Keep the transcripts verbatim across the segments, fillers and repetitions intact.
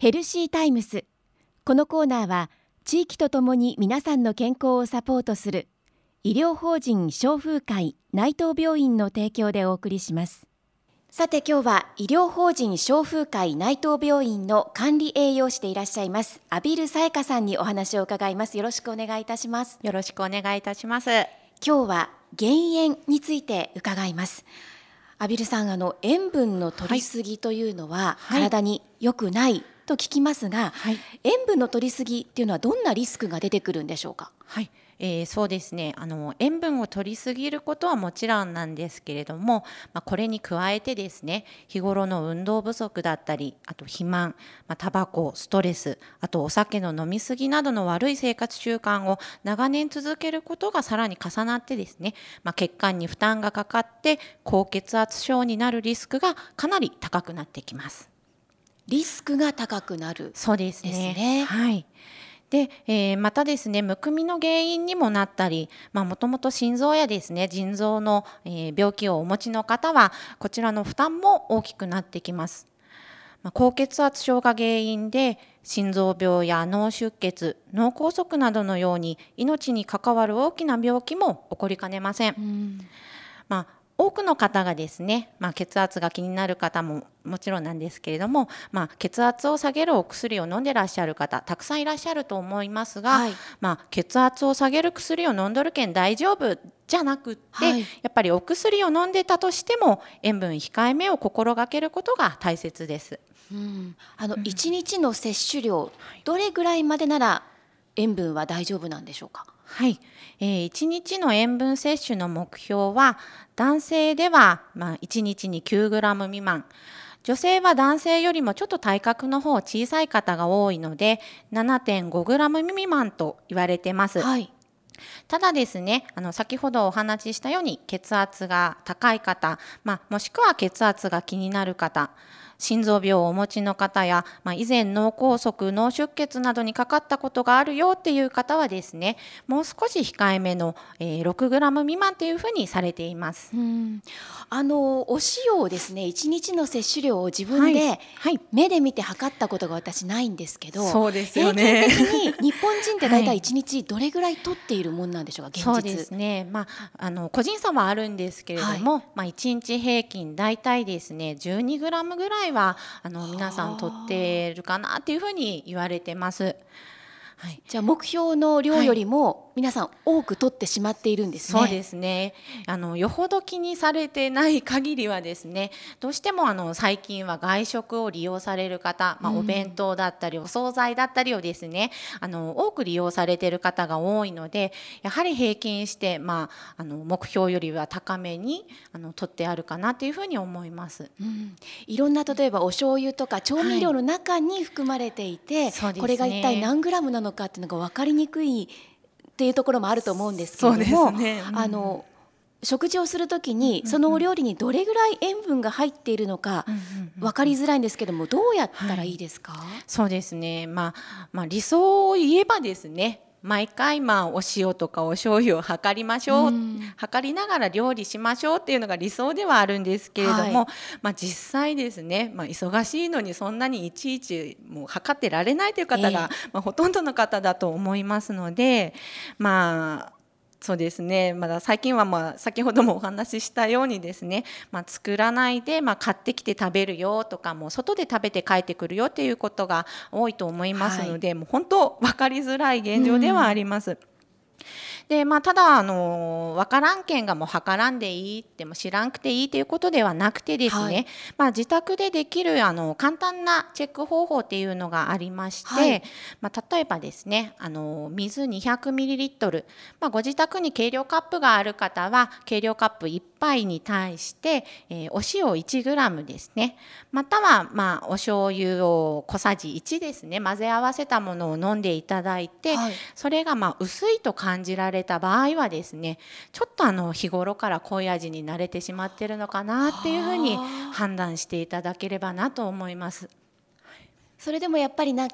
ヘルシータイムス。このコーナーは地域とともに皆さんの健康をサポートする医療法人消風会内藤病院の提供でお送りします。さて今日は医療法人消風会内藤病院の管理栄養士でいらっしゃいます畔蒜紗耶香さんにお話を伺います。よろしくお願いいたします。 よろしくお願いいたします。 今日は減塩について伺います。畔蒜さん、あの塩分の摂りすぎというのは体に良くないと聞きますが、はい、塩分の摂りすぎっていうのはどんなリスクが出てくるんでしょうか。 はい、えー、そうですね、あの塩分を摂りすぎることはもちろんなんですけれども、まあ、これに加えてですね、日頃の運動不足だったり、あと肥満、まあ、タバコ、ストレス、あとお酒の飲み過ぎなどの悪い生活習慣を長年続けることがさらに重なってですね、まあ、血管に負担がかかって高血圧症になるリスクがかなり高くなってきます。 リスクが高くなる。 そうですね。 ですね。 はい。で、えー、またですね、むくみの原因にもなったり、もともと心臓やですね、腎臓の、えー、病気をお持ちの方はこちらの負担も大きくなってきます。まあ、高血圧症が原因で心臓病や脳出血、脳梗塞などのように命に関わる大きな病気も起こりかねません。うんまあ多くの方がですね、まあ、血圧が気になる方ももちろんなんですけれども、まあ、血圧を下げるお薬を飲んでらっしゃる方たくさんいらっしゃると思いますが、はいまあ、血圧を下げる薬を飲んどるけん大丈夫じゃなくって、はい、やっぱりお薬を飲んでたとしても塩分控えめを心がけることが大切です。 うん、あのいちにちの摂取量、どれぐらいまでなら塩分は大丈夫なんでしょうか。 はい、えー、いちにちの塩分摂取の目標は男性では、まあ、いちにちに きゅうグラム 未満、女性は男性よりもちょっと体格の方小さい方が多いので ななてんごグラム 未満と言われてます。はい、ただですね、あの先ほどお話ししたように血圧が高い方、まあ、もしくは血圧が気になる方、心臓病をお持ちの方や、まあ、以前脳梗塞、脳出血などにかかったことがあるよっていう方はですね、もう少し控えめの、えー、ろくグラム 未満というふうにされています。 うんあのお塩をですね、いちにちの摂取量を自分で目で見て測ったことが私ないんですけど、 そうですよね。 平均的に日本人って大体いちにちどれぐらい取っているもんなんでしょうか、現実。 そうですね、まあ、あの個人差はあるんですけれども、はいまあ、いちにち平均大体ですね じゅうにグラム ぐらいはあの皆さん取っているかなっていうふうに言われてます。 はい、じゃあ目標の量よりも皆さん多く取ってしまっているんですね。 そうですね。あのよほど気にされてない限りはですね、どうしてもあの最近は外食を利用される方、まあ、お弁当だったりお惣菜だったりをですね、あの多く利用されている方が多いので、やはり平均して、まあ、あの目標よりは高めにあの取ってあるかなというふうに思います。 うん、いろんな例えばお醤油とか調味料の中に含まれていて、はいね、これが一体何グラムなのかっていうのが分かりにくいっていうところもあると思うんですけれども、ねうん、あの食事をするときにそのお料理にどれぐらい塩分が入っているのか分かりづらいんですけども、どうやったらいいですか。はい、 そうですね、まあまあ、理想を言えばですね、毎回まあお塩とかお醤油を測りましょう、うん、測りながら料理しましょうっていうのが理想ではあるんですけれども、はいまあ、実際ですね、まあ、忙しいのにそんなにいちいちもう測ってられないという方が、えーまあ、ほとんどの方だと思いますので、まあそうですね、まだ最近はまあ先ほどもお話ししたようにですね、まあ、作らないでまあ買ってきて食べるよとか、もう外で食べて帰ってくるよっていうことが多いと思いますので、はい、もう本当分かりづらい現状ではあります。うんでまあ、ただあの分からんけんがもう測らんでいいっても知らんくていいということではなくてですね、はいまあ、自宅でできるあの簡単なチェック方法っていうのがありまして、はいまあ、例えばですね、あの水 にひゃくミリリットル、まあ、ご自宅に計量カップがある方は計量カップいっぱいに対して、えー、お塩 いちグラム ですね、またはまあお醤油を小さじいちですね、混ぜ合わせたものを飲んでいただいて、はい、それがまあ薄いと感じられた場合はですね、ちょっとあの日頃から濃い味に慣れてしまっているのかなっていうふうに判断していただければなと思います。 それでもやっぱりなんか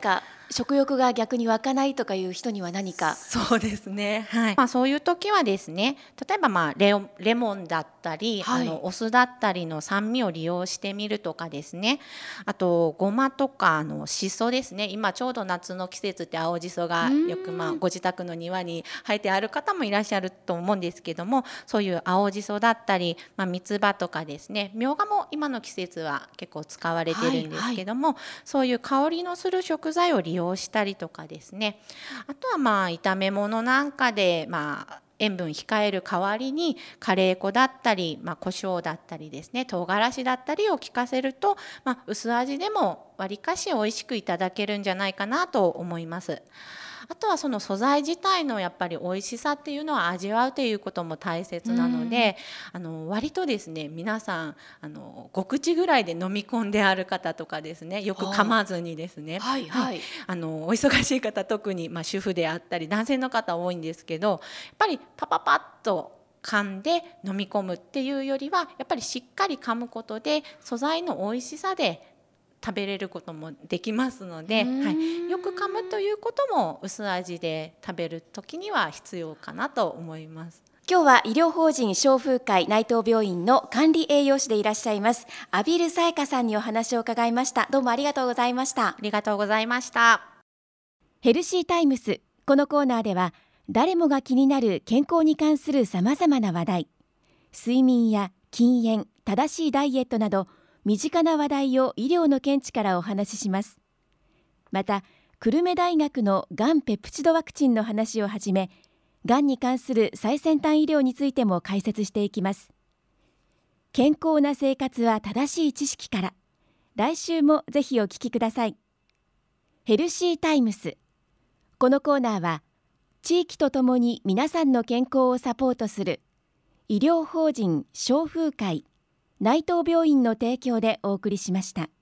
食欲が逆に湧かないとかいう人には何か。 そうですね、はい。まあ、そういう時はですね、例えばまあ レ, オレモンだったり、はい、あのお酢だったりの酸味を利用してみるとかですね、あとごまとかあのしそですね。今ちょうど夏の季節って青じそがよくまあご自宅の庭に生えてある方もいらっしゃると思うんですけども、そういう青じそだったり、まあ、三つ葉とかですね、みょうがも今の季節は結構使われてるんですけども、はいはい、そういう香りのする食材を利用したりとかですね、あとはまあ炒め物なんかでまあ塩分控える代わりにカレー粉だったり、まあ、胡椒だったりですね、唐辛子だったりを効かせると、まあ、薄味でもわりかし美味しくいただけるんじゃないかなと思います。あとはその素材自体のやっぱり美味しさっていうのを味わうということも大切なので、あの割とですね、皆さんあのご口ぐらいで飲み込んである方とかですね、よく噛まずにですね、 はいはいはい、 あのお忙しい方、特にまあ主婦であったり男性の方多いんですけど、やっぱりパパパッと噛んで飲み込むっていうよりは、やっぱりしっかり噛むことで素材の美味しさで食べれることもできますので、はい、よく噛むということも薄味で食べる時には必要かなと思います。 今日は医療法人消風会内藤病院の管理栄養士でいらっしゃいます阿比留沙耶香さんにお話を伺いました。どうもありがとうございました。 ありがとうございました。 ヘルシータイムス、このコーナーでは誰もが気になる健康に関するさまざまな話題、睡眠や禁煙、正しいダイエットなど身近な話題を医療の見地からお話しします。また久留米大学のがんペプチドワクチンの話をはじめ、がんに関する最先端医療についても解説していきます。健康な生活は正しい知識から。来週もぜひお聞きください。ヘルシータイムス、このコーナーは地域とともに皆さんの健康をサポートする医療法人消風会内藤病院の提供でお送りしました。